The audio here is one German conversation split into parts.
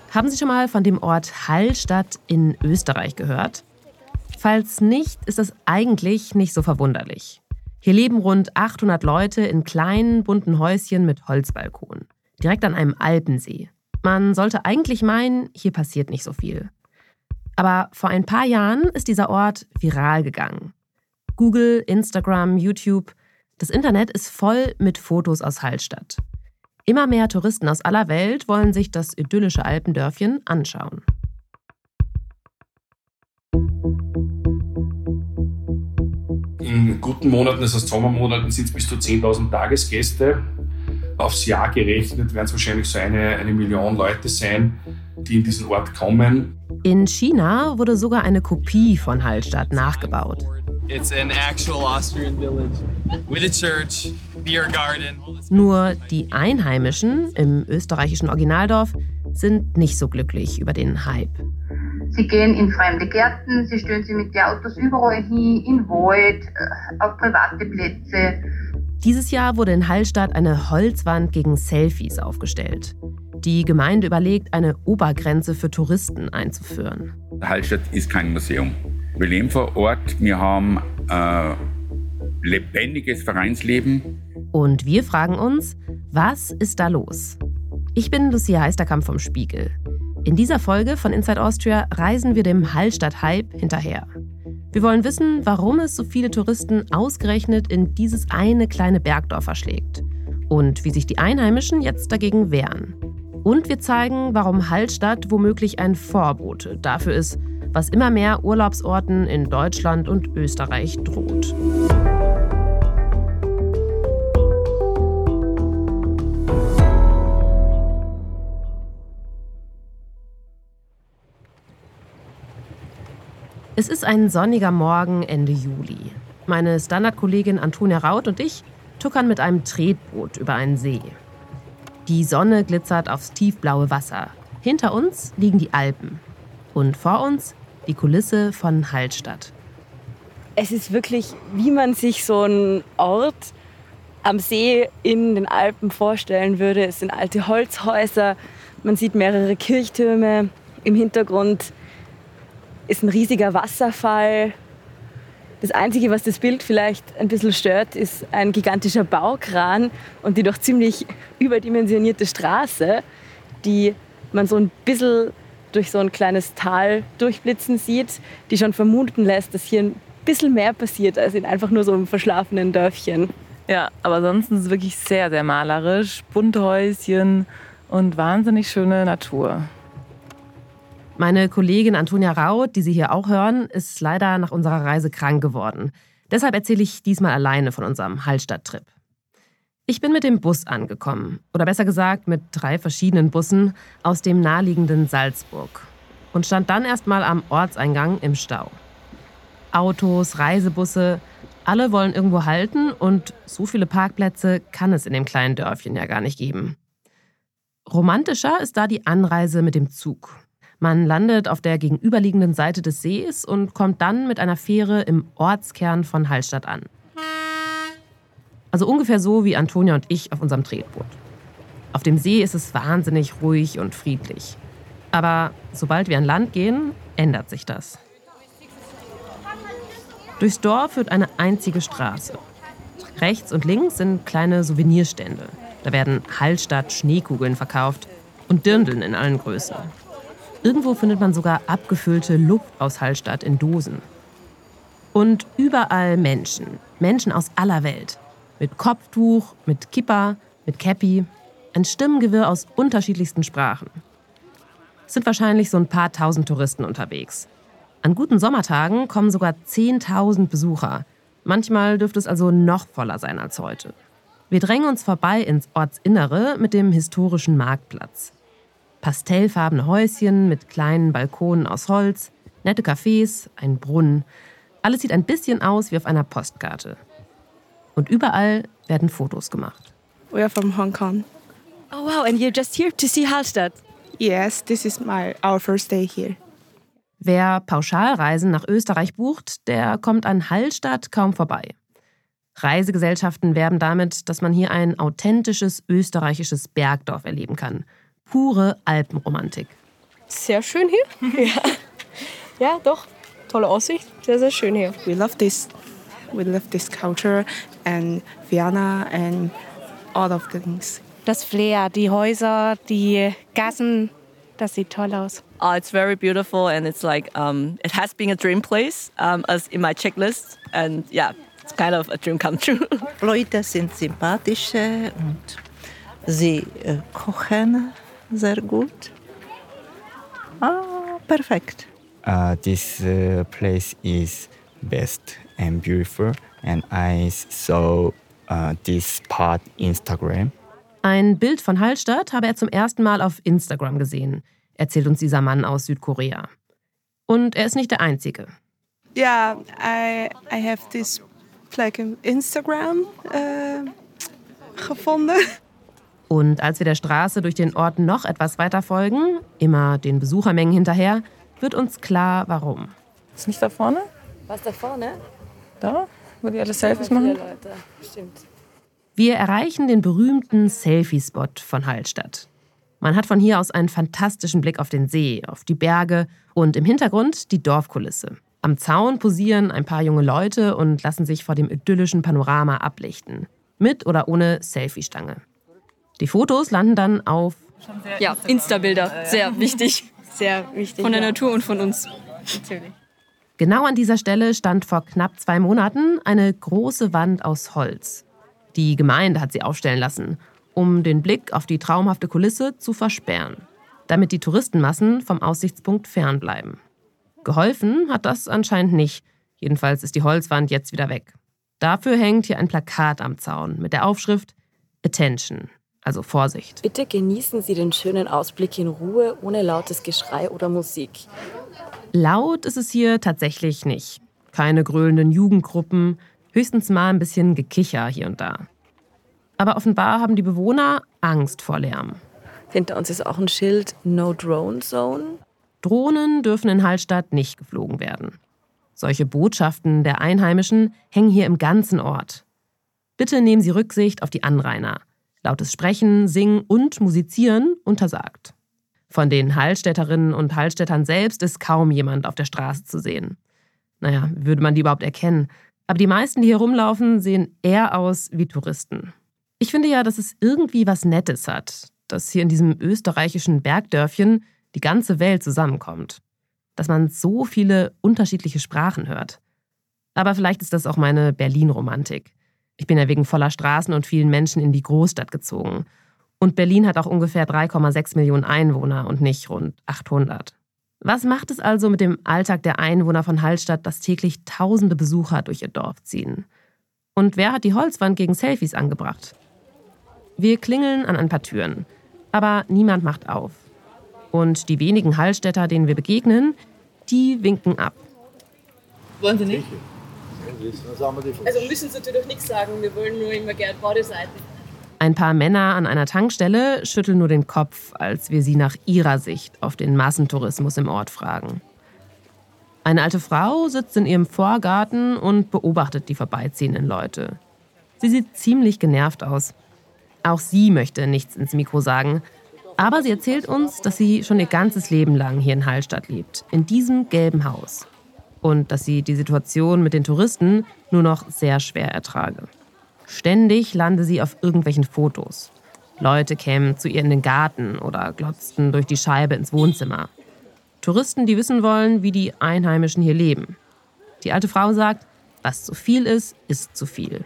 Haben Sie schon mal von dem Ort Hallstatt in Österreich gehört? Falls nicht, ist das eigentlich nicht so verwunderlich. Hier leben rund 800 Leute in kleinen, bunten Häuschen mit Holzbalkonen, direkt an einem Alpensee. Man sollte eigentlich meinen, hier passiert nicht so viel. Aber vor ein paar Jahren ist dieser Ort viral gegangen. Google, Instagram, YouTube, das Internet ist voll mit Fotos aus Hallstatt. Immer mehr Touristen aus aller Welt wollen sich das idyllische Alpendörfchen anschauen. In guten Monaten, das heißt Sommermonaten, sind es bis zu 10.000 Tagesgäste. Aufs Jahr gerechnet werden es wahrscheinlich so eine Million Leute sein, die in diesen Ort kommen. In China wurde sogar eine Kopie von Hallstatt nachgebaut. It's an actual Austrian village with a church, beer garden. Nur die Einheimischen im österreichischen Originaldorf sind nicht so glücklich über den Hype. Sie gehen in fremde Gärten, sie stellen sich mit den Autos überall hin, in den Wald, auf private Plätze. Dieses Jahr wurde in Hallstatt eine Holzwand gegen Selfies aufgestellt. Die Gemeinde überlegt, eine Obergrenze für Touristen einzuführen. Hallstatt ist kein Museum. Wir leben vor Ort, wir haben lebendiges Vereinsleben. Und wir fragen uns, was ist da los? Ich bin Lucia Heisterkamp vom Spiegel. In dieser Folge von Inside Austria reisen wir dem Hallstatt-Hype hinterher. Wir wollen wissen, warum es so viele Touristen ausgerechnet in dieses eine kleine Bergdorf verschlägt und wie sich die Einheimischen jetzt dagegen wehren. Und wir zeigen, warum Hallstatt womöglich ein Vorbote dafür ist, was immer mehr Urlaubsorten in Deutschland und Österreich droht. Es ist ein sonniger Morgen Ende Juli. Meine Standardkollegin Antonia Raut und ich tuckern mit einem Tretboot über einen See. Die Sonne glitzert aufs tiefblaue Wasser. Hinter uns liegen die Alpen. Und vor uns die Kulisse von Hallstatt. Es ist wirklich, wie man sich so einen Ort am See in den Alpen vorstellen würde. Es sind alte Holzhäuser, man sieht mehrere Kirchtürme. Im Hintergrund ist ein riesiger Wasserfall. Das Einzige, was das Bild vielleicht ein bisschen stört, ist ein gigantischer Baukran und die doch ziemlich überdimensionierte Straße, die man so ein bisschen durch so ein kleines Tal durchblitzen sieht, die schon vermuten lässt, dass hier ein bisschen mehr passiert als in einfach nur so einem verschlafenen Dörfchen. Ja, aber ansonsten ist es wirklich sehr, sehr malerisch. Bunte Häuschen und wahnsinnig schöne Natur. Meine Kollegin Antonia Raut, die Sie hier auch hören, ist leider nach unserer Reise krank geworden. Deshalb erzähle ich diesmal alleine von unserem Hallstatt-Trip. Ich bin mit dem Bus angekommen, oder besser gesagt mit 3 verschiedenen Bussen aus dem naheliegenden Salzburg und stand dann erstmal am Ortseingang im Stau. Autos, Reisebusse, alle wollen irgendwo halten und so viele Parkplätze kann es in dem kleinen Dörfchen ja gar nicht geben. Romantischer ist da die Anreise mit dem Zug. Man landet auf der gegenüberliegenden Seite des Sees und kommt dann mit einer Fähre im Ortskern von Hallstatt an. Also ungefähr so wie Antonia und ich auf unserem Tretboot. Auf dem See ist es wahnsinnig ruhig und friedlich. Aber sobald wir an Land gehen, ändert sich das. Durchs Dorf führt eine einzige Straße. Rechts und links sind kleine Souvenirstände. Da werden Hallstatt-Schneekugeln verkauft und Dirndln in allen Größen. Irgendwo findet man sogar abgefüllte Luft aus Hallstatt in Dosen. Und überall Menschen. Menschen aus aller Welt. Mit Kopftuch, mit Kippa, mit Käppi. Ein Stimmengewirr aus unterschiedlichsten Sprachen. Es sind wahrscheinlich so ein paar tausend Touristen unterwegs. An guten Sommertagen kommen sogar 10.000 Besucher. Manchmal dürfte es also noch voller sein als heute. Wir drängen uns vorbei ins Ortsinnere mit dem historischen Marktplatz. Pastellfarbene Häuschen mit kleinen Balkonen aus Holz, nette Cafés, ein Brunnen. Alles sieht ein bisschen aus wie auf einer Postkarte. Und überall werden Fotos gemacht. We are from Hong Kong. Oh wow, and you're just here to see Hallstatt? Yes, this is our first day here. Wer Pauschalreisen nach Österreich bucht, der kommt an Hallstatt kaum vorbei. Reisegesellschaften werben damit, dass man hier ein authentisches österreichisches Bergdorf erleben kann. Pure Alpenromantik. Sehr schön hier. Ja, doch. Tolle Aussicht. Sehr, sehr schön hier. We love this culture and Vienna and all of the things. Das Flair, die Häuser, die Gassen, das sieht toll aus. It's very beautiful and it's like it has been a dream place as in my checklist and yeah, it's kind of a dream come true. Leute sind sympathisch und sie kochen sehr gut. Perfekt. This place is best and beautiful and I saw this part Instagram. Ein Bild von Hallstatt habe er zum ersten Mal auf Instagram gesehen, erzählt uns dieser Mann aus Südkorea. Und er ist nicht der Einzige. Yeah, I have this like Instagram gefunden. Und als wir der Straße durch den Ort noch etwas weiter folgen, immer den Besuchermengen hinterher, wird uns klar, warum. Ist nicht da vorne? Was da vorne? Da, wo die alle Selfies machen? Leute. Stimmt. Wir erreichen den berühmten Selfie-Spot von Hallstatt. Man hat von hier aus einen fantastischen Blick auf den See, auf die Berge und im Hintergrund die Dorfkulisse. Am Zaun posieren ein paar junge Leute und lassen sich vor dem idyllischen Panorama ablichten. Mit oder ohne Selfie-Stange. Die Fotos landen dann auf... Ja, Insta-Bilder. Sehr wichtig. Sehr wichtig. Von der Natur und von uns. Natürlich. Genau an dieser Stelle stand vor knapp 2 Monaten eine große Wand aus Holz. Die Gemeinde hat sie aufstellen lassen, um den Blick auf die traumhafte Kulisse zu versperren, damit die Touristenmassen vom Aussichtspunkt fernbleiben. Geholfen hat das anscheinend nicht. Jedenfalls ist die Holzwand jetzt wieder weg. Dafür hängt hier ein Plakat am Zaun mit der Aufschrift Attention, also Vorsicht. Bitte genießen Sie den schönen Ausblick in Ruhe, ohne lautes Geschrei oder Musik. Laut ist es hier tatsächlich nicht. Keine gröhlenden Jugendgruppen, höchstens mal ein bisschen Gekicher hier und da. Aber offenbar haben die Bewohner Angst vor Lärm. Hinter uns ist auch ein Schild No Drone Zone. Drohnen dürfen in Hallstatt nicht geflogen werden. Solche Botschaften der Einheimischen hängen hier im ganzen Ort. Bitte nehmen Sie Rücksicht auf die Anrainer. Lautes Sprechen, Singen und Musizieren untersagt. Von den Hallstätterinnen und Hallstättern selbst ist kaum jemand auf der Straße zu sehen. Naja, würde man die überhaupt erkennen? Aber die meisten, die hier rumlaufen, sehen eher aus wie Touristen. Ich finde ja, dass es irgendwie was Nettes hat, dass hier in diesem österreichischen Bergdörfchen die ganze Welt zusammenkommt. Dass man so viele unterschiedliche Sprachen hört. Aber vielleicht ist das auch meine Berlin-Romantik. Ich bin ja wegen voller Straßen und vielen Menschen in die Großstadt gezogen. Und Berlin hat auch ungefähr 3,6 Millionen Einwohner und nicht rund 800. Was macht es also mit dem Alltag der Einwohner von Hallstatt, dass täglich tausende Besucher durch ihr Dorf ziehen? Und wer hat die Holzwand gegen Selfies angebracht? Wir klingeln an ein paar Türen, aber niemand macht auf. Und die wenigen Hallstätter, denen wir begegnen, die winken ab. Wollen Sie nicht? Also müssen Sie natürlich nichts sagen, wir wollen nur immer gerne Badeseiten. Ein paar Männer an einer Tankstelle schütteln nur den Kopf, als wir sie nach ihrer Sicht auf den Massentourismus im Ort fragen. Eine alte Frau sitzt in ihrem Vorgarten und beobachtet die vorbeiziehenden Leute. Sie sieht ziemlich genervt aus. Auch sie möchte nichts ins Mikro sagen, aber sie erzählt uns, dass sie schon ihr ganzes Leben lang hier in Hallstatt lebt, in diesem gelben Haus. Und dass sie die Situation mit den Touristen nur noch sehr schwer ertrage. Ständig lande sie auf irgendwelchen Fotos. Leute kämen zu ihr in den Garten oder glotzten durch die Scheibe ins Wohnzimmer. Touristen, die wissen wollen, wie die Einheimischen hier leben. Die alte Frau sagt, was zu viel ist, ist zu viel.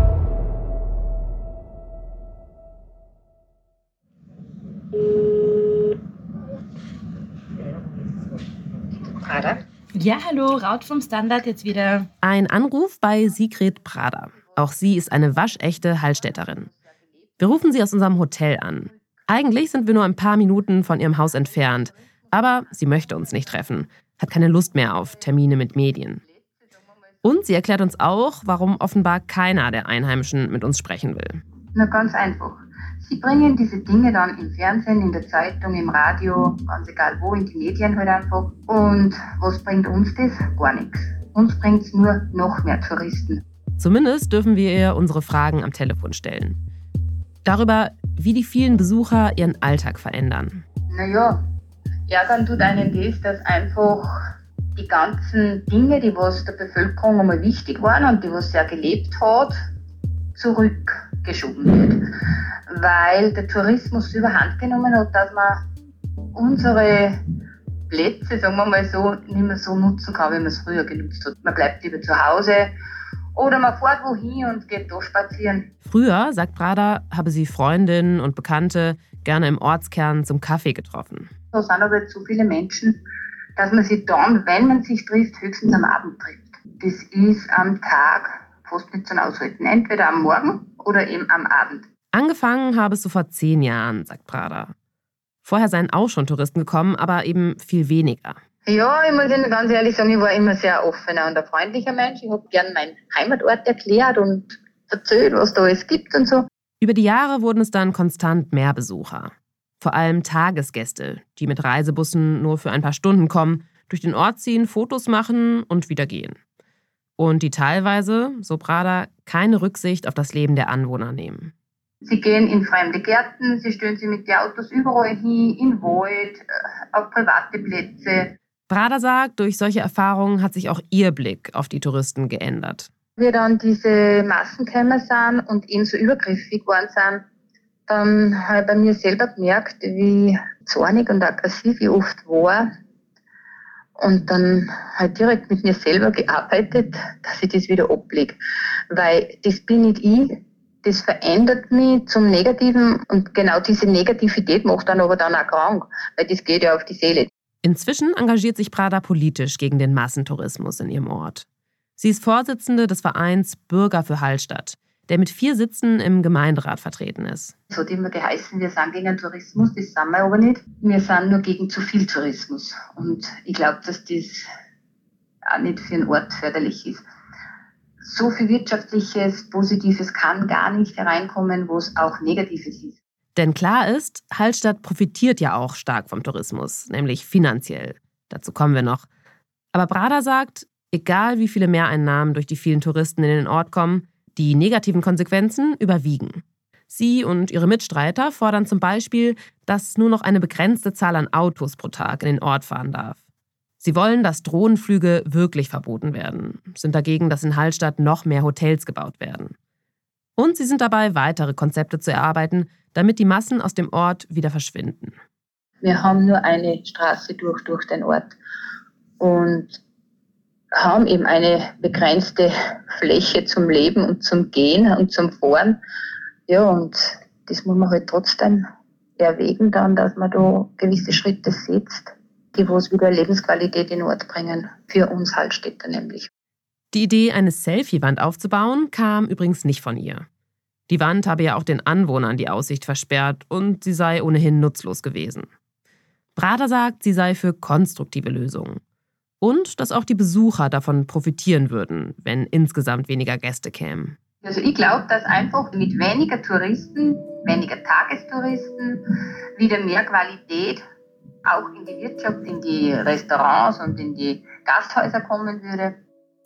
Prada? Ja, hallo, Raut vom Standard jetzt wieder. Ein Anruf bei Sigrid Prada. Auch sie ist eine waschechte Hallstätterin. Wir rufen sie aus unserem Hotel an. Eigentlich sind wir nur ein paar Minuten von ihrem Haus entfernt. Aber sie möchte uns nicht treffen, hat keine Lust mehr auf Termine mit Medien. Und sie erklärt uns auch, warum offenbar keiner der Einheimischen mit uns sprechen will. Na, ganz einfach. Sie bringen diese Dinge dann im Fernsehen, in der Zeitung, im Radio, ganz egal wo, in die Medien halt einfach. Und was bringt uns das? Gar nichts. Uns bringt es nur noch mehr Touristen. Zumindest dürfen wir ihr unsere Fragen am Telefon stellen. Darüber, wie die vielen Besucher ihren Alltag verändern. Naja, Ja, dann tut einem das, dass einfach die ganzen Dinge, die was der Bevölkerung einmal wichtig waren und die was sehr gelebt hat, zurückgeschoben wird. Weil der Tourismus überhand genommen hat, dass man unsere Plätze, sagen wir mal so, nicht mehr so nutzen kann, wie man es früher genutzt hat. Man bleibt lieber zu Hause oder man fährt wohin und geht da spazieren. Früher, sagt Brada, habe sie Freundinnen und Bekannte gerne im Ortskern zum Kaffee getroffen. Da sind aber jetzt so viele Menschen, dass man sich dann, wenn man sich trifft, höchstens am Abend trifft. Das ist am Tag fast nicht zum Aushalten. Entweder am Morgen oder eben am Abend. Angefangen habe es so vor 10 Jahren, sagt Brada. Vorher seien auch schon Touristen gekommen, aber eben viel weniger. Ja, ich muss Ihnen ganz ehrlich sagen, ich war immer sehr offener und ein freundlicher Mensch. Ich habe gern meinen Heimatort erklärt und erzählt, was da alles gibt und so. Über die Jahre wurden es dann konstant mehr Besucher. Vor allem Tagesgäste, die mit Reisebussen nur für ein paar Stunden kommen, durch den Ort ziehen, Fotos machen und wieder gehen. Und die teilweise, so Brada, keine Rücksicht auf das Leben der Anwohner nehmen. Sie gehen in fremde Gärten, sie stellen sich mit den Autos überall hin, in Wald, auf private Plätze. Brada sagt, durch solche Erfahrungen hat sich auch ihr Blick auf die Touristen geändert. Wie dann diese Massen gekommen sind und eben so übergriffig geworden sind, dann habe ich bei mir selber gemerkt, wie zornig und aggressiv ich oft war. Und dann habe ich direkt mit mir selber gearbeitet, dass ich das wieder ablege. Weil das bin nicht ich, das verändert mich zum Negativen und genau diese Negativität macht dann aber dann auch krank, weil das geht ja auf die Seele. Inzwischen engagiert sich Brada politisch gegen den Massentourismus in ihrem Ort. Sie ist Vorsitzende des Vereins Bürger für Hallstatt, der mit 4 Sitzen im Gemeinderat vertreten ist. Es hat immer geheißen, wir sind gegen Tourismus, das sind wir aber nicht. Wir sind nur gegen zu viel Tourismus. Und ich glaube, dass das auch nicht für einen Ort förderlich ist. So viel Wirtschaftliches, Positives kann gar nicht hereinkommen, wo es auch Negatives ist. Denn klar ist, Hallstatt profitiert ja auch stark vom Tourismus, nämlich finanziell. Dazu kommen wir noch. Aber Brada sagt, egal wie viele Mehreinnahmen durch die vielen Touristen in den Ort kommen, die negativen Konsequenzen überwiegen. Sie und ihre Mitstreiter fordern zum Beispiel, dass nur noch eine begrenzte Zahl an Autos pro Tag in den Ort fahren darf. Sie wollen, dass Drohnenflüge wirklich verboten werden, sind dagegen, dass in Hallstatt noch mehr Hotels gebaut werden. Und sie sind dabei, weitere Konzepte zu erarbeiten, damit die Massen aus dem Ort wieder verschwinden. Wir haben nur eine Straße durch den Ort und haben eben eine begrenzte Fläche zum Leben und zum Gehen und zum Fahren. Ja, und das muss man halt trotzdem erwägen dann, dass man da gewisse Schritte setzt, die was wieder Lebensqualität in den Ort bringen, für uns Hallstätter nämlich. Die Idee, eine Selfie-Wand aufzubauen, kam übrigens nicht von ihr. Die Wand habe ja auch den Anwohnern die Aussicht versperrt und sie sei ohnehin nutzlos gewesen. Brada sagt, sie sei für konstruktive Lösungen. Und dass auch die Besucher davon profitieren würden, wenn insgesamt weniger Gäste kämen. Also ich glaube, dass einfach mit weniger Touristen, weniger Tagestouristen, wieder mehr Qualität auch in die Wirtschaft, in die Restaurants und in die Gasthäuser kommen würde.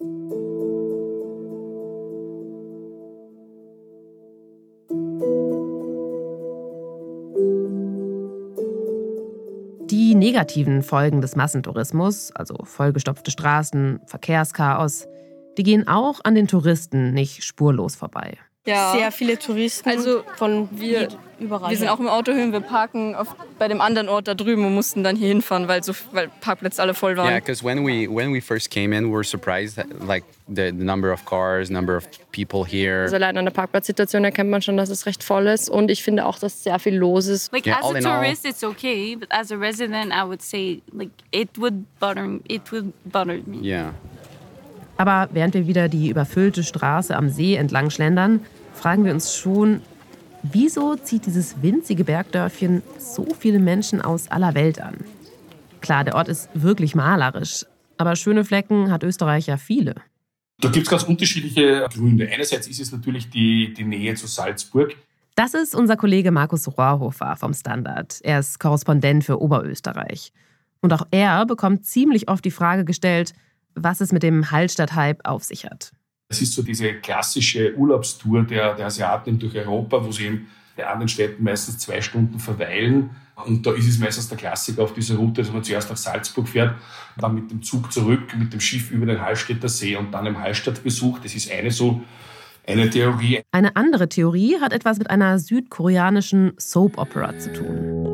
Die negativen Folgen des Massentourismus, also vollgestopfte Straßen, Verkehrschaos, die gehen auch an den Touristen nicht spurlos vorbei. Ja. Sehr viele Touristen von überall. Wir sind auch im Auto hin, wir parken bei dem anderen Ort da drüben und mussten dann hier hinfahren, weil Parkplätze alle voll waren. Yeah, because when we first came in, we were surprised, like the number of cars, number of people here. Also allein an der Parkplatzsituation erkennt man schon, dass es recht voll ist und ich finde auch, dass sehr viel los ist. Like as a tourist, it's okay, but as a resident, I would say like it would bother me. Yeah. Aber während wir wieder die überfüllte Straße am See entlang schlendern, fragen wir uns schon, wieso zieht dieses winzige Bergdörfchen so viele Menschen aus aller Welt an? Klar, der Ort ist wirklich malerisch, aber schöne Flecken hat Österreich ja viele. Da gibt es ganz unterschiedliche Gründe. Einerseits ist es natürlich die Nähe zu Salzburg. Das ist unser Kollege Markus Rohrhofer vom Standard. Er ist Korrespondent für Oberösterreich. Und auch er bekommt ziemlich oft die Frage gestellt, was es mit dem Hallstatt-Hype auf sich hat. Es ist so diese klassische Urlaubstour der Asiaten durch Europa, wo sie eben bei anderen Städten meistens 2 Stunden verweilen. Und da ist es meistens der Klassiker auf dieser Route, dass man zuerst nach Salzburg fährt, dann mit dem Zug zurück, mit dem Schiff über den Hallstätter See und dann im Hallstattbesuch. Das ist eine Theorie. Eine andere Theorie hat etwas mit einer südkoreanischen Soap-Opera zu tun.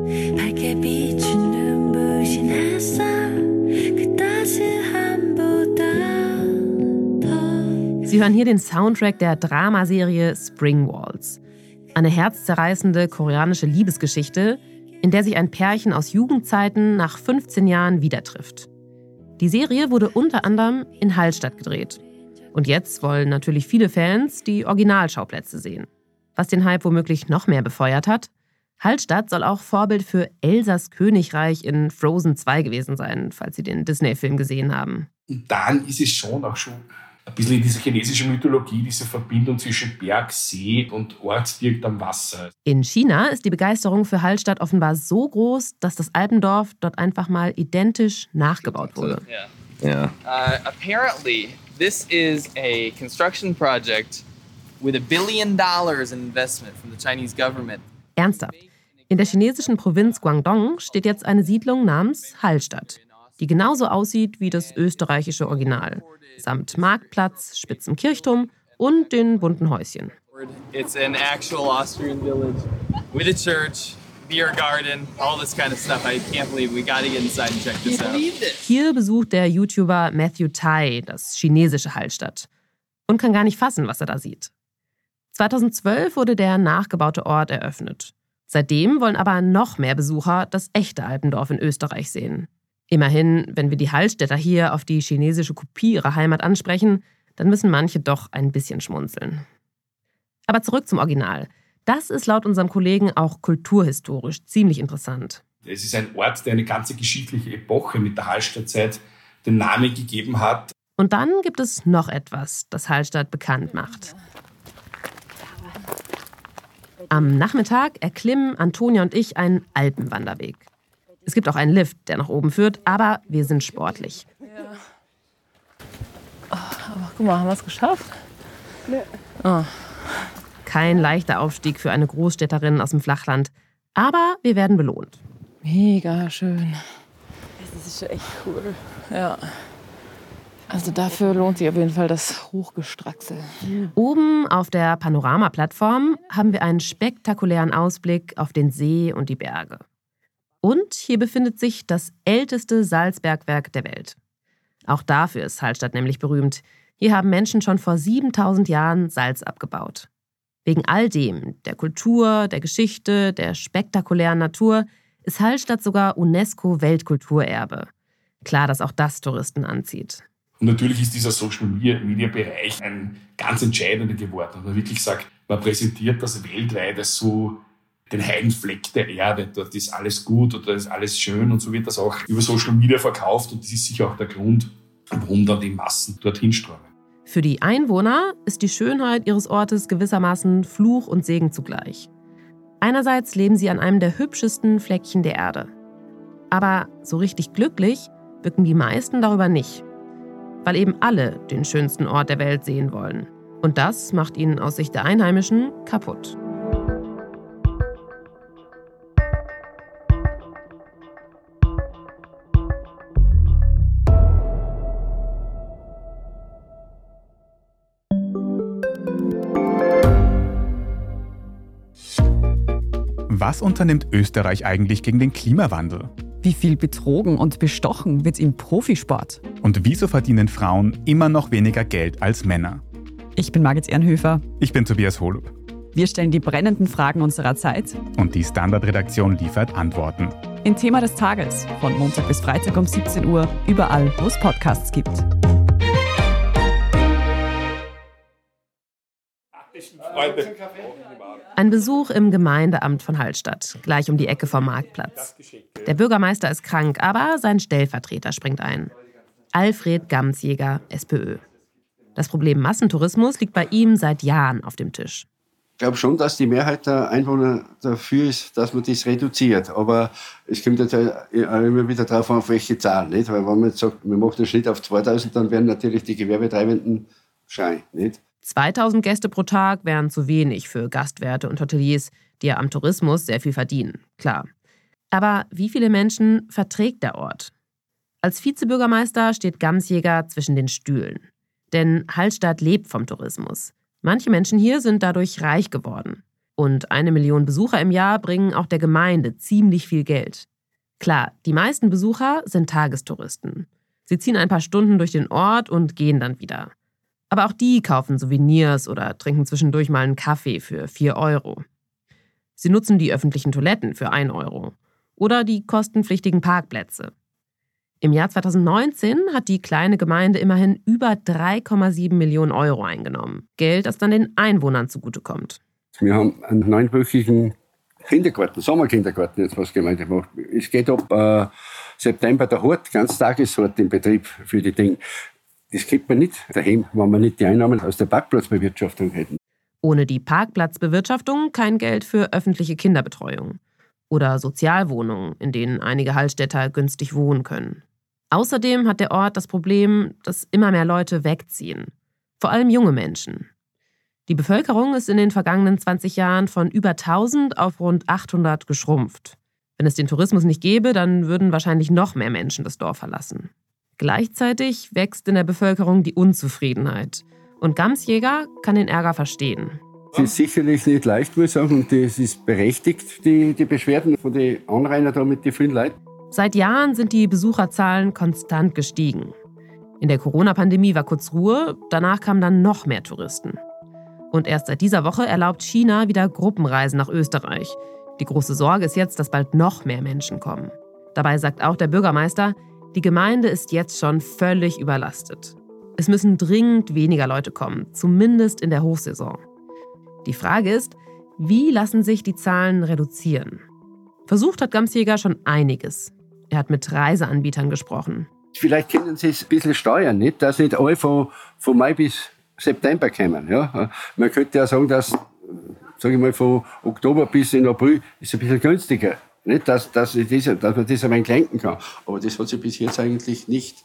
Sie hören hier den Soundtrack der Dramaserie Spring Walls. Eine herzzerreißende koreanische Liebesgeschichte, in der sich ein Pärchen aus Jugendzeiten nach 15 Jahren wieder trifft. Die Serie wurde unter anderem in Hallstatt gedreht. Und jetzt wollen natürlich viele Fans die Originalschauplätze sehen. Was den Hype womöglich noch mehr befeuert hat: Hallstatt soll auch Vorbild für Elsas Königreich in Frozen 2 gewesen sein, falls Sie den Disney-Film gesehen haben. Und dann ist es schon ein bisschen in dieser chinesischen Mythologie, diese Verbindung zwischen Berg, See und Ort direkt am Wasser. In China ist die Begeisterung für Hallstatt offenbar so groß, dass das Alpendorf dort einfach mal identisch nachgebaut wurde. Yeah. Apparently, this is a construction project with $1 billion in investment from the Chinese government. Ernsthaft. In der chinesischen Provinz Guangdong steht jetzt eine Siedlung namens Hallstatt, die genauso aussieht wie das österreichische Original, samt Marktplatz, spitzem Kirchturm und den bunten Häuschen. It's an actual Austrian village with a church, beer garden, all this kind of stuff. I can't believe we got to get inside and check this out. Hier besucht der YouTuber Matthew Tai das chinesische Hallstatt und kann gar nicht fassen, was er da sieht. 2012 wurde der nachgebaute Ort eröffnet. Seitdem wollen aber noch mehr Besucher das echte Alpendorf in Österreich sehen. Immerhin, wenn wir die Hallstätter hier auf die chinesische Kopie ihrer Heimat ansprechen, dann müssen manche doch ein bisschen schmunzeln. Aber zurück zum Original. Das ist laut unserem Kollegen auch kulturhistorisch ziemlich interessant. Es ist ein Ort, der eine ganze geschichtliche Epoche mit der Hallstattzeit den Namen gegeben hat. Und dann gibt es noch etwas, das Hallstatt bekannt macht. Am Nachmittag erklimmen Antonia und ich einen Alpenwanderweg. Es gibt auch einen Lift, der nach oben führt, aber wir sind sportlich. Ja. Oh, aber guck mal, haben wir es geschafft? Nee. Oh. Kein leichter Aufstieg für eine Großstädterin aus dem Flachland, aber wir werden belohnt. Mega schön. Das ist schon echt cool. Ja. Also dafür lohnt sich auf jeden Fall das Hochgestraxel. Oben auf der Panoramaplattform haben wir einen spektakulären Ausblick auf den See und die Berge. Und hier befindet sich das älteste Salzbergwerk der Welt. Auch dafür ist Hallstatt nämlich berühmt. Hier haben Menschen schon vor 7000 Jahren Salz abgebaut. Wegen all dem, der Kultur, der Geschichte, der spektakulären Natur, ist Hallstatt sogar UNESCO-Weltkulturerbe. Klar, dass auch das Touristen anzieht. Und natürlich ist dieser Social-Media-Bereich ein ganz entscheidender geworden. Und man wirklich sagt, man präsentiert das weltweit als so den Heidenfleck der Erde. Dort ist alles gut oder ist alles schön. Und so wird das auch über Social Media verkauft. Und das ist sicher auch der Grund, warum dann die Massen dorthin strömen. Für die Einwohner ist die Schönheit ihres Ortes gewissermaßen Fluch und Segen zugleich. Einerseits leben sie an einem der hübschesten Fleckchen der Erde. Aber so richtig glücklich wirken die meisten darüber nicht. Weil eben alle den schönsten Ort der Welt sehen wollen. Und das macht ihn aus Sicht der Einheimischen kaputt. Was unternimmt Österreich eigentlich gegen den Klimawandel? Wie viel betrogen und bestochen wird im Profisport? Und wieso verdienen Frauen immer noch weniger Geld als Männer? Ich bin Margit Ehrenhöfer. Ich bin Tobias Holub. Wir stellen die brennenden Fragen unserer Zeit. Und die Standardredaktion liefert Antworten. Im Thema des Tages, von Montag bis Freitag um 17 Uhr, überall, wo es Podcasts gibt. Ein Besuch im Gemeindeamt von Hallstatt, gleich um die Ecke vom Marktplatz. Der Bürgermeister ist krank, aber sein Stellvertreter springt ein. Alfred Gamsjäger, SPÖ. Das Problem Massentourismus liegt bei ihm seit Jahren auf dem Tisch. Ich glaube schon, dass die Mehrheit der Einwohner dafür ist, dass man das reduziert. Aber es kommt jetzt immer wieder darauf an, auf welche Zahlen. Nicht? Weil wenn man jetzt sagt, man macht den Schnitt auf 2000, dann werden natürlich die Gewerbetreibenden schreien. Nicht? 2.000 Gäste pro Tag wären zu wenig für Gastwirte und Hoteliers, die ja am Tourismus sehr viel verdienen, klar. Aber wie viele Menschen verträgt der Ort? Als Vizebürgermeister steht Gamsjäger zwischen den Stühlen. Denn Hallstatt lebt vom Tourismus. Manche Menschen hier sind dadurch reich geworden. Und 1 Million Besucher im Jahr bringen auch der Gemeinde ziemlich viel Geld. Klar, die meisten Besucher sind Tagestouristen. Sie ziehen ein paar Stunden durch den Ort und gehen dann wieder. Aber auch die kaufen Souvenirs oder trinken zwischendurch mal einen Kaffee für 4 Euro. Sie nutzen die öffentlichen Toiletten für 1 Euro. Oder die kostenpflichtigen Parkplätze. Im Jahr 2019 hat die kleine Gemeinde immerhin über 3,7 Millionen Euro eingenommen. Geld, das dann den Einwohnern zugutekommt. Wir haben einen 9-wöchigen Kindergarten, Sommerkindergarten jetzt was Gemeinde gemacht. Es geht ab September der Hort, Ganztageshort im Betrieb für die Dinge. Das kriegt man nicht daheim, wenn wir nicht die Einnahmen aus der Parkplatzbewirtschaftung hätten. Ohne die Parkplatzbewirtschaftung kein Geld für öffentliche Kinderbetreuung. Oder Sozialwohnungen, in denen einige Hallstätter günstig wohnen können. Außerdem hat der Ort das Problem, dass immer mehr Leute wegziehen. Vor allem junge Menschen. Die Bevölkerung ist in den vergangenen 20 Jahren von über 1000 auf rund 800 geschrumpft. Wenn es den Tourismus nicht gäbe, dann würden wahrscheinlich noch mehr Menschen das Dorf verlassen. Gleichzeitig wächst in der Bevölkerung die Unzufriedenheit. Und Gamsjäger kann den Ärger verstehen. Es ist sicherlich nicht leicht, muss ich sagen, und es ist berechtigt, die Beschwerden von den Anrainern da mit den vielen Leuten. Seit Jahren sind die Besucherzahlen konstant gestiegen. In der Corona-Pandemie war kurz Ruhe, danach kamen dann noch mehr Touristen. Und erst seit dieser Woche erlaubt China wieder Gruppenreisen nach Österreich. Die große Sorge ist jetzt, dass bald noch mehr Menschen kommen. Dabei sagt auch der Bürgermeister, die Gemeinde ist jetzt schon völlig überlastet. Es müssen dringend weniger Leute kommen, zumindest in der Hochsaison. Die Frage ist, wie lassen sich die Zahlen reduzieren? Versucht hat Gamsjäger schon einiges. Er hat mit Reiseanbietern gesprochen. Vielleicht können sie es ein bisschen steuern, nicht? Dass nicht alle von Mai bis September kommen. Ja? Man könnte ja sagen, dass von Oktober bis in April ist ein bisschen günstiger. Nicht? Dass man das ein wenig lenken kann. Aber das hat sich bis jetzt eigentlich nicht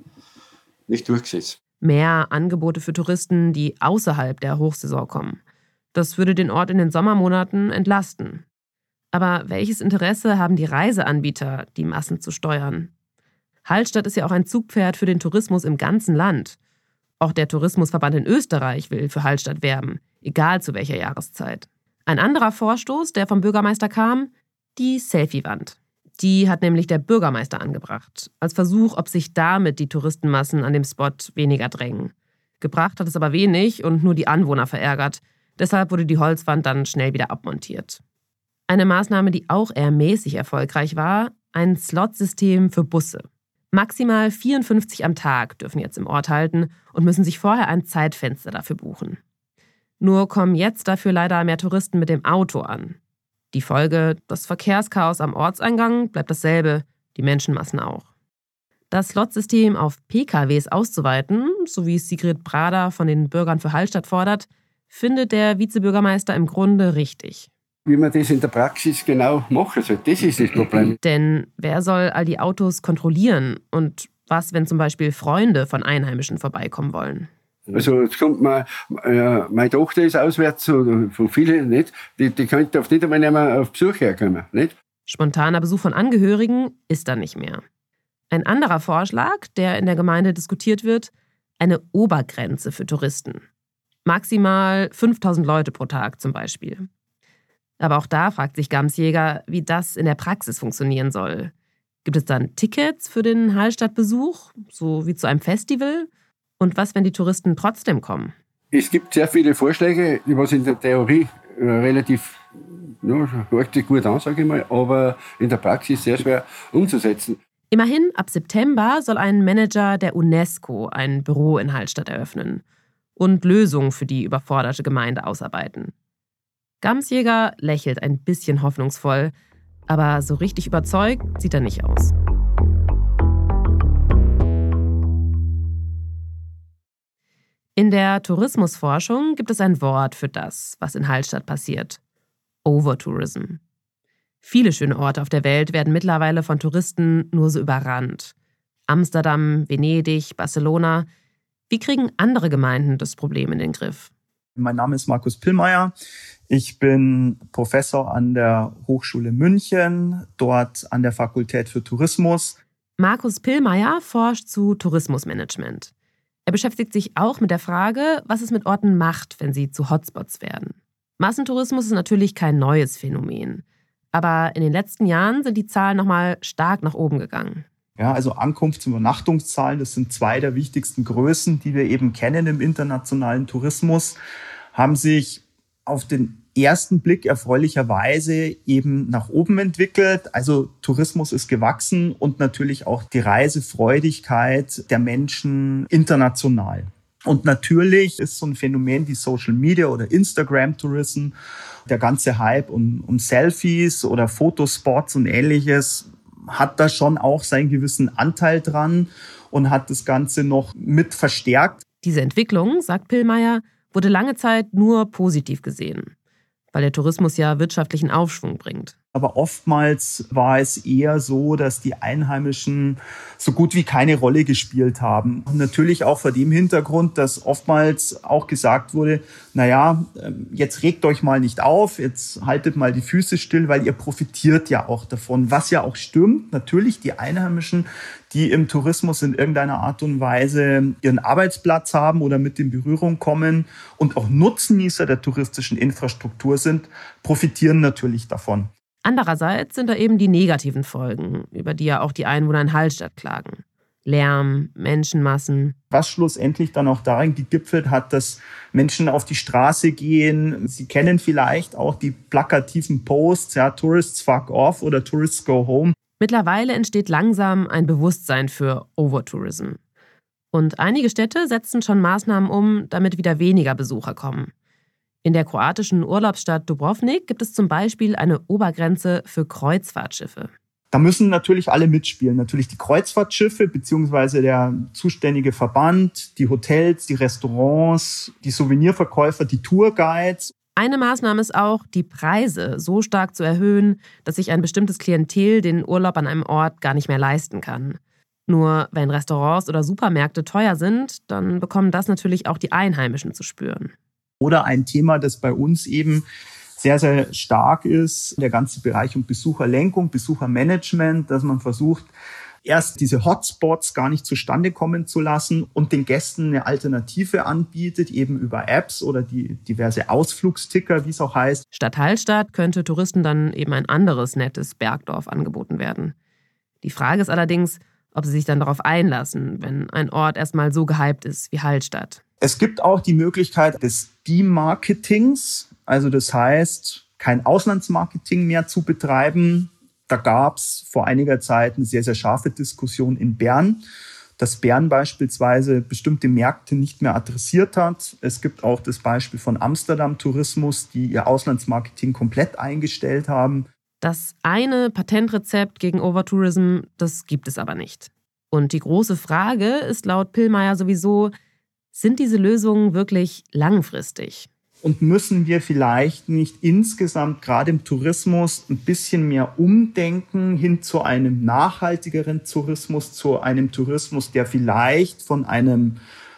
durchgesetzt. Mehr Angebote für Touristen, die außerhalb der Hochsaison kommen. Das würde den Ort in den Sommermonaten entlasten. Aber welches Interesse haben die Reiseanbieter, die Massen zu steuern? Hallstatt ist ja auch ein Zugpferd für den Tourismus im ganzen Land. Auch der Tourismusverband in Österreich will für Hallstatt werben, egal zu welcher Jahreszeit. Ein anderer Vorstoß, der vom Bürgermeister kam, die Selfie-Wand. Die hat nämlich der Bürgermeister angebracht, als Versuch, ob sich damit die Touristenmassen an dem Spot weniger drängen. Gebracht hat es aber wenig und nur die Anwohner verärgert. Deshalb wurde die Holzwand dann schnell wieder abmontiert. Eine Maßnahme, die auch eher mäßig erfolgreich war, ein Slotsystem für Busse. Maximal 54 am Tag dürfen jetzt im Ort halten und müssen sich vorher ein Zeitfenster dafür buchen. Nur kommen jetzt dafür leider mehr Touristen mit dem Auto an. Die Folge, das Verkehrschaos am Ortseingang bleibt dasselbe, die Menschenmassen auch. Das Slotsystem auf PKWs auszuweiten, so wie es Sigrid Brader von den Bürgern für Hallstatt fordert, findet der Vizebürgermeister im Grunde richtig. Wie man das in der Praxis genau machen soll, das ist das Problem. Denn wer soll all die Autos kontrollieren? Und was, wenn zum Beispiel Freunde von Einheimischen vorbeikommen wollen? Also jetzt kommt meine Tochter ist auswärts, von vielen nicht, die könnte oft nicht einmal auf Besuch herkommen. Nicht? Spontaner Besuch von Angehörigen ist da nicht mehr. Ein anderer Vorschlag, der in der Gemeinde diskutiert wird, eine Obergrenze für Touristen. Maximal 5.000 Leute pro Tag zum Beispiel. Aber auch da fragt sich Gamsjäger, wie das in der Praxis funktionieren soll. Gibt es dann Tickets für den Hallstatt-Besuch, so wie zu einem Festival? Und was, wenn die Touristen trotzdem kommen? Es gibt sehr viele Vorschläge, die was in der Theorie relativ hört sich gut an, sage ich mal, aber in der Praxis sehr schwer umzusetzen. Immerhin, ab September soll ein Manager der UNESCO ein Büro in Hallstatt eröffnen und Lösungen für die überforderte Gemeinde ausarbeiten. Gamsjäger lächelt ein bisschen hoffnungsvoll, aber so richtig überzeugt sieht er nicht aus. In der Tourismusforschung gibt es ein Wort für das, was in Hallstatt passiert. Overtourism. Viele schöne Orte auf der Welt werden mittlerweile von Touristen nur so überrannt. Amsterdam, Venedig, Barcelona. Wie kriegen andere Gemeinden das Problem in den Griff? Mein Name ist Markus Pillmeier. Ich bin Professor an der Hochschule München, dort an der Fakultät für Tourismus. Markus Pillmeier forscht zu Tourismusmanagement. Er beschäftigt sich auch mit der Frage, was es mit Orten macht, wenn sie zu Hotspots werden. Massentourismus ist natürlich kein neues Phänomen. Aber in den letzten Jahren sind die Zahlen nochmal stark nach oben gegangen. Ja, also Ankunfts- und Übernachtungszahlen, das sind zwei der wichtigsten Größen, die wir eben kennen im internationalen Tourismus, haben sich auf den ersten Blick erfreulicherweise eben nach oben entwickelt. Also Tourismus ist gewachsen und natürlich auch die Reisefreudigkeit der Menschen international. Und natürlich ist so ein Phänomen wie Social Media oder Instagram-Tourism, der ganze Hype um Selfies oder Fotospots und Ähnliches, hat da schon auch seinen gewissen Anteil dran und hat das Ganze noch mit verstärkt. Diese Entwicklung, sagt Pillmeier, wurde lange Zeit nur positiv gesehen, weil der Tourismus ja wirtschaftlichen Aufschwung bringt. Aber oftmals war es eher so, dass die Einheimischen so gut wie keine Rolle gespielt haben. Und natürlich auch vor dem Hintergrund, dass oftmals auch gesagt wurde, naja, jetzt regt euch mal nicht auf, jetzt haltet mal die Füße still, weil ihr profitiert ja auch davon. Was ja auch stimmt, natürlich die Einheimischen, die im Tourismus in irgendeiner Art und Weise ihren Arbeitsplatz haben oder mit in Berührung kommen und auch Nutznießer der touristischen Infrastruktur sind, profitieren natürlich davon. Andererseits sind da eben die negativen Folgen, über die ja auch die Einwohner in Hallstatt klagen. Lärm, Menschenmassen. Was schlussendlich dann auch darin gegipfelt hat, dass Menschen auf die Straße gehen. Sie kennen vielleicht auch die plakativen Posts, ja, Tourists fuck off oder Tourists go home. Mittlerweile entsteht langsam ein Bewusstsein für Overtourism. Und einige Städte setzen schon Maßnahmen um, damit wieder weniger Besucher kommen. In der kroatischen Urlaubsstadt Dubrovnik gibt es zum Beispiel eine Obergrenze für Kreuzfahrtschiffe. Da müssen natürlich alle mitspielen. Natürlich die Kreuzfahrtschiffe bzw. der zuständige Verband, die Hotels, die Restaurants, die Souvenirverkäufer, die Tourguides. Eine Maßnahme ist auch, die Preise so stark zu erhöhen, dass sich ein bestimmtes Klientel den Urlaub an einem Ort gar nicht mehr leisten kann. Nur wenn Restaurants oder Supermärkte teuer sind, dann bekommen das natürlich auch die Einheimischen zu spüren. Oder ein Thema, das bei uns eben sehr, sehr stark ist, der ganze Bereich um Besucherlenkung, Besuchermanagement, dass man versucht, erst diese Hotspots gar nicht zustande kommen zu lassen und den Gästen eine Alternative anbietet, eben über Apps oder die diverse Ausflugsticker, wie es auch heißt. Statt Hallstatt könnte Touristen dann eben ein anderes nettes Bergdorf angeboten werden. Die Frage ist allerdings, ob sie sich dann darauf einlassen, wenn ein Ort erstmal so gehypt ist wie Hallstatt. Es gibt auch die Möglichkeit des Demarketings, also das heißt, kein Auslandsmarketing mehr zu betreiben. Da gab es vor einiger Zeit eine sehr, sehr scharfe Diskussion in Bern, dass Bern beispielsweise bestimmte Märkte nicht mehr adressiert hat. Es gibt auch das Beispiel von Amsterdam Tourismus, die ihr Auslandsmarketing komplett eingestellt haben. Das eine Patentrezept gegen Overtourism, das gibt es aber nicht. Und die große Frage ist laut Pillmeier sowieso, sind diese Lösungen wirklich langfristig? Und müssen wir vielleicht nicht insgesamt gerade im Tourismus ein bisschen mehr umdenken hin zu einem nachhaltigeren Tourismus, zu einem Tourismus, der vielleicht von einem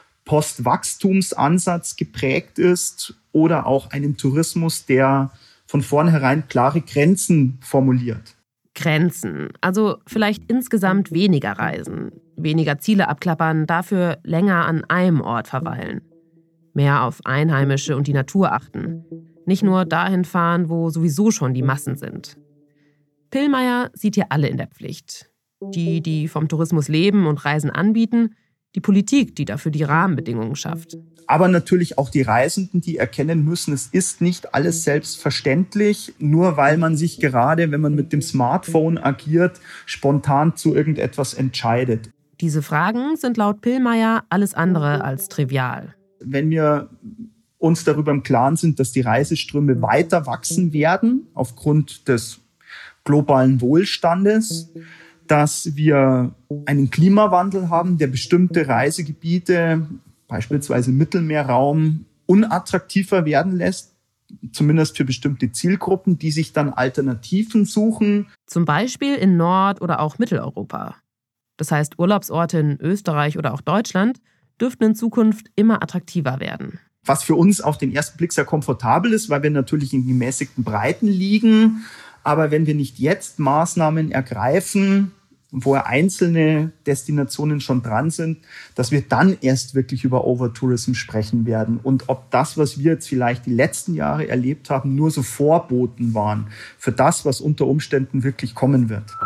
Postwachstumsansatz geprägt ist oder auch einem Tourismus, der von vornherein klare Grenzen formuliert? Grenzen, also vielleicht insgesamt weniger reisen, weniger Ziele abklappern, dafür länger an einem Ort verweilen. Mehr auf Einheimische und die Natur achten. Nicht nur dahin fahren, wo sowieso schon die Massen sind. Pillmeier sieht hier alle in der Pflicht. Die vom Tourismus leben und Reisen anbieten, die Politik, die dafür die Rahmenbedingungen schafft. Aber natürlich auch die Reisenden, die erkennen müssen, es ist nicht alles selbstverständlich, nur weil man sich gerade, wenn man mit dem Smartphone agiert, spontan zu irgendetwas entscheidet. Diese Fragen sind laut Pillmeier alles andere als trivial. Wenn wir uns darüber im Klaren sind, dass die Reiseströme weiter wachsen werden aufgrund des globalen Wohlstandes, dass wir einen Klimawandel haben, der bestimmte Reisegebiete, beispielsweise im Mittelmeerraum, unattraktiver werden lässt, zumindest für bestimmte Zielgruppen, die sich dann Alternativen suchen. Zum Beispiel in Nord- oder auch Mitteleuropa. Das heißt, Urlaubsorte in Österreich oder auch Deutschland dürften in Zukunft immer attraktiver werden. Was für uns auf den ersten Blick sehr komfortabel ist, weil wir natürlich in gemäßigten Breiten liegen. Aber wenn wir nicht jetzt Maßnahmen ergreifen, wo einzelne Destinationen schon dran sind, dass wir dann erst wirklich über Overtourism sprechen werden. Und ob das, was wir jetzt vielleicht die letzten Jahre erlebt haben, nur so Vorboten waren für das, was unter Umständen wirklich kommen wird.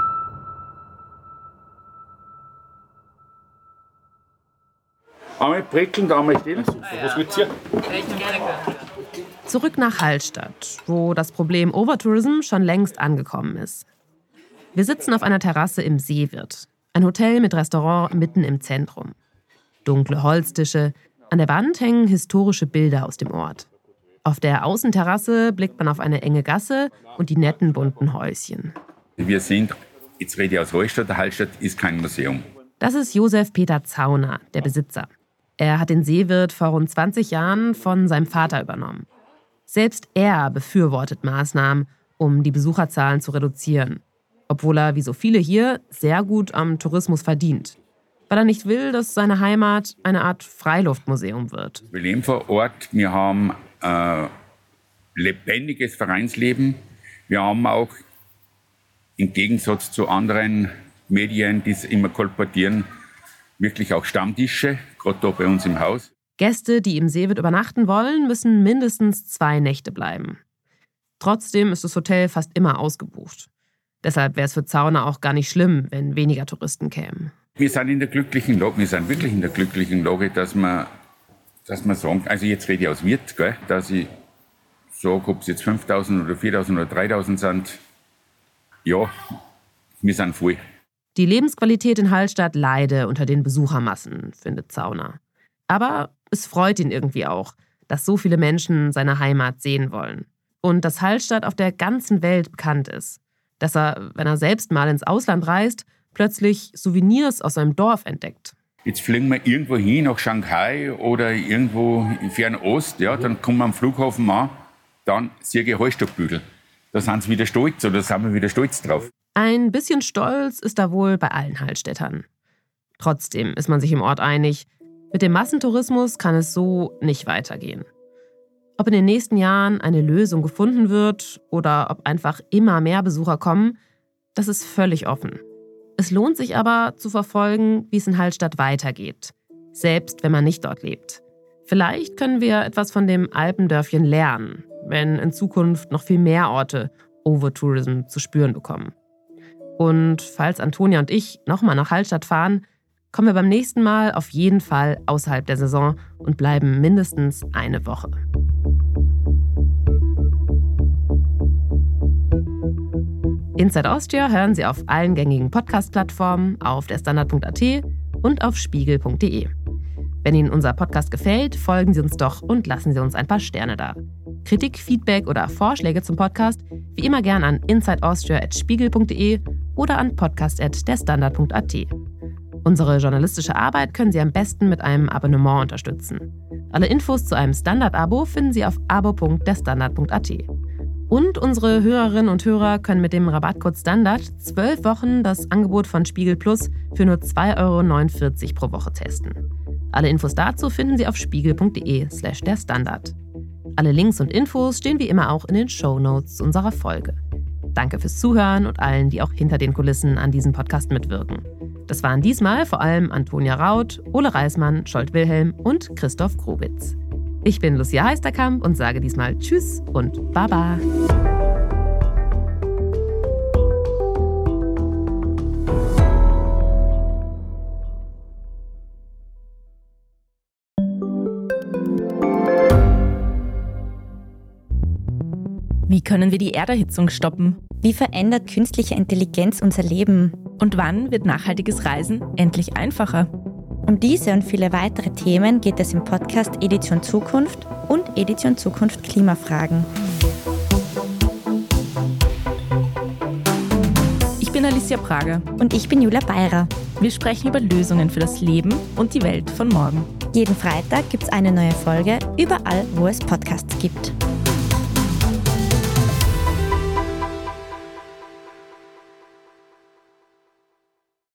Einmal prickeln, einmal still. Was willst du hier? Zurück nach Hallstatt, wo das Problem Overtourism schon längst angekommen ist. Wir sitzen auf einer Terrasse im Seewirt, ein Hotel mit Restaurant mitten im Zentrum. Dunkle Holztische, an der Wand hängen historische Bilder aus dem Ort. Auf der Außenterrasse blickt man auf eine enge Gasse und die netten bunten Häuschen. Wir sind, jetzt rede ich aus Hallstatt, Hallstatt ist kein Museum. Das ist Josef Peter Zauner, der Besitzer. Er hat den Seewirt vor rund 20 Jahren von seinem Vater übernommen. Selbst er befürwortet Maßnahmen, um die Besucherzahlen zu reduzieren. Obwohl er, wie so viele hier, sehr gut am Tourismus verdient. Weil er nicht will, dass seine Heimat eine Art Freiluftmuseum wird. Wir leben vor Ort, wir haben lebendiges Vereinsleben. Wir haben auch im Gegensatz zu anderen Medien, die es immer kolportieren, wirklich auch Stammtische, gerade da bei uns im Haus. Gäste, die im Seewirt übernachten wollen, müssen mindestens 2 Nächte bleiben. Trotzdem ist das Hotel fast immer ausgebucht. Deshalb wäre es für Zauner auch gar nicht schlimm, wenn weniger Touristen kämen. Wir sind in der glücklichen Lage, wir sind wirklich in der glücklichen Lage, dass wir sagen, also jetzt rede ich aus Wirt, gell, dass ich sage, ob es jetzt 5.000 oder 4.000 oder 3.000 sind, ja, wir sind voll. Die Lebensqualität in Hallstatt leide unter den Besuchermassen, findet Zauner. Aber es freut ihn irgendwie auch, dass so viele Menschen seine Heimat sehen wollen. Und dass Hallstatt auf der ganzen Welt bekannt ist. Dass er, wenn er selbst mal ins Ausland reist, plötzlich Souvenirs aus seinem Dorf entdeckt. Jetzt fliegen wir irgendwo hin, nach Shanghai oder irgendwo im Fernost, ja, dann kommen wir am Flughafen an, dann sehe ich Hallstattbügel. Da sind sie wieder stolz oder sind wir wieder stolz drauf. Ein bisschen Stolz ist da wohl bei allen Hallstättern. Trotzdem ist man sich im Ort einig, mit dem Massentourismus kann es so nicht weitergehen. Ob in den nächsten Jahren eine Lösung gefunden wird oder ob einfach immer mehr Besucher kommen, das ist völlig offen. Es lohnt sich aber zu verfolgen, wie es in Hallstatt weitergeht, selbst wenn man nicht dort lebt. Vielleicht können wir etwas von dem Alpendörfchen lernen, wenn in Zukunft noch viel mehr Orte Overtourism zu spüren bekommen. Und falls Antonia und ich nochmal nach Hallstatt fahren, kommen wir beim nächsten Mal auf jeden Fall außerhalb der Saison und bleiben mindestens eine Woche. Inside Austria hören Sie auf allen gängigen Podcast-Plattformen, auf der Standard.at und auf spiegel.de. Wenn Ihnen unser Podcast gefällt, folgen Sie uns doch und lassen Sie uns ein paar Sterne da. Kritik, Feedback oder Vorschläge zum Podcast wie immer gern an insideaustria@spiegel.de oder an podcast@derstandard.at. Unsere journalistische Arbeit können Sie am besten mit einem Abonnement unterstützen. Alle Infos zu einem Standard-Abo finden Sie auf abo.derstandard.at. Und unsere Hörerinnen und Hörer können mit dem Rabattcode Standard 12 Wochen das Angebot von Spiegel Plus für nur 2,49 € pro Woche testen. Alle Infos dazu finden Sie auf spiegel.de/derstandard. Alle Links und Infos stehen wie immer auch in den Shownotes unserer Folge. Danke fürs Zuhören und allen, die auch hinter den Kulissen an diesem Podcast mitwirken. Das waren diesmal vor allem Antonia Raut, Ole Reismann, Scholt Wilhelm und Christoph Grubitz. Ich bin Lucia Heisterkamp und sage diesmal Tschüss und Baba. Wie können wir die Erderhitzung stoppen? Wie verändert künstliche Intelligenz unser Leben? Und wann wird nachhaltiges Reisen endlich einfacher? Um diese und viele weitere Themen geht es im Podcast Edition Zukunft und Edition Zukunft Klimafragen. Ich bin Alicia Prager. Und ich bin Julia Beirer. Wir sprechen über Lösungen für das Leben und die Welt von morgen. Jeden Freitag gibt es eine neue Folge, überall, wo es Podcasts gibt.